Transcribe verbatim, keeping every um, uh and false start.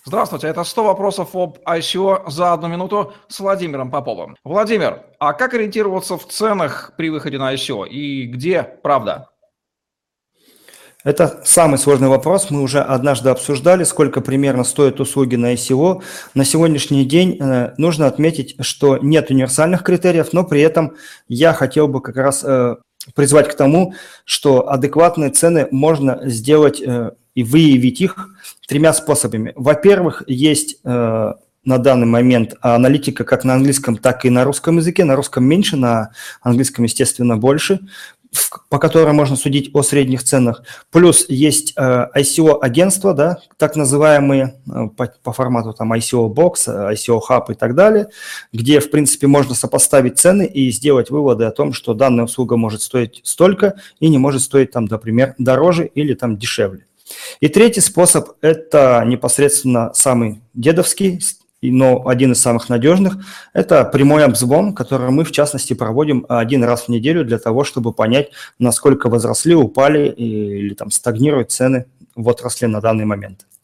Здравствуйте, это сто вопросов об ай си о за одну минуту с Владимиром Поповым. Владимир, а как ориентироваться в ценах при выходе на ай си о и где правда? Это самый сложный вопрос. Мы уже однажды обсуждали, сколько примерно стоят услуги на ай си о. На сегодняшний день э, нужно отметить, что нет универсальных критериев, но при этом я хотел бы как раз э, призвать к тому, что адекватные цены можно сделать э, и выявить их тремя способами. Во-первых, есть э, на данный момент аналитика как на английском, так и на русском языке. На русском меньше, на английском, естественно, больше, по которым можно судить о средних ценах. Плюс есть э, ай си о-агентства, да, так называемые э, по, по формату там ай си о-бокс, ай си о-хаб и так далее, где, в принципе, можно сопоставить цены и сделать выводы о том, что данная услуга может стоить столько и не может стоить, там, например, дороже или там дешевле. И третий способ – это непосредственно самый дедовский, но один из самых надежных – это прямой обзвон, который мы, в частности, проводим один раз в неделю для того, чтобы понять, насколько возросли, упали или там стагнируют цены в отрасли на данный момент.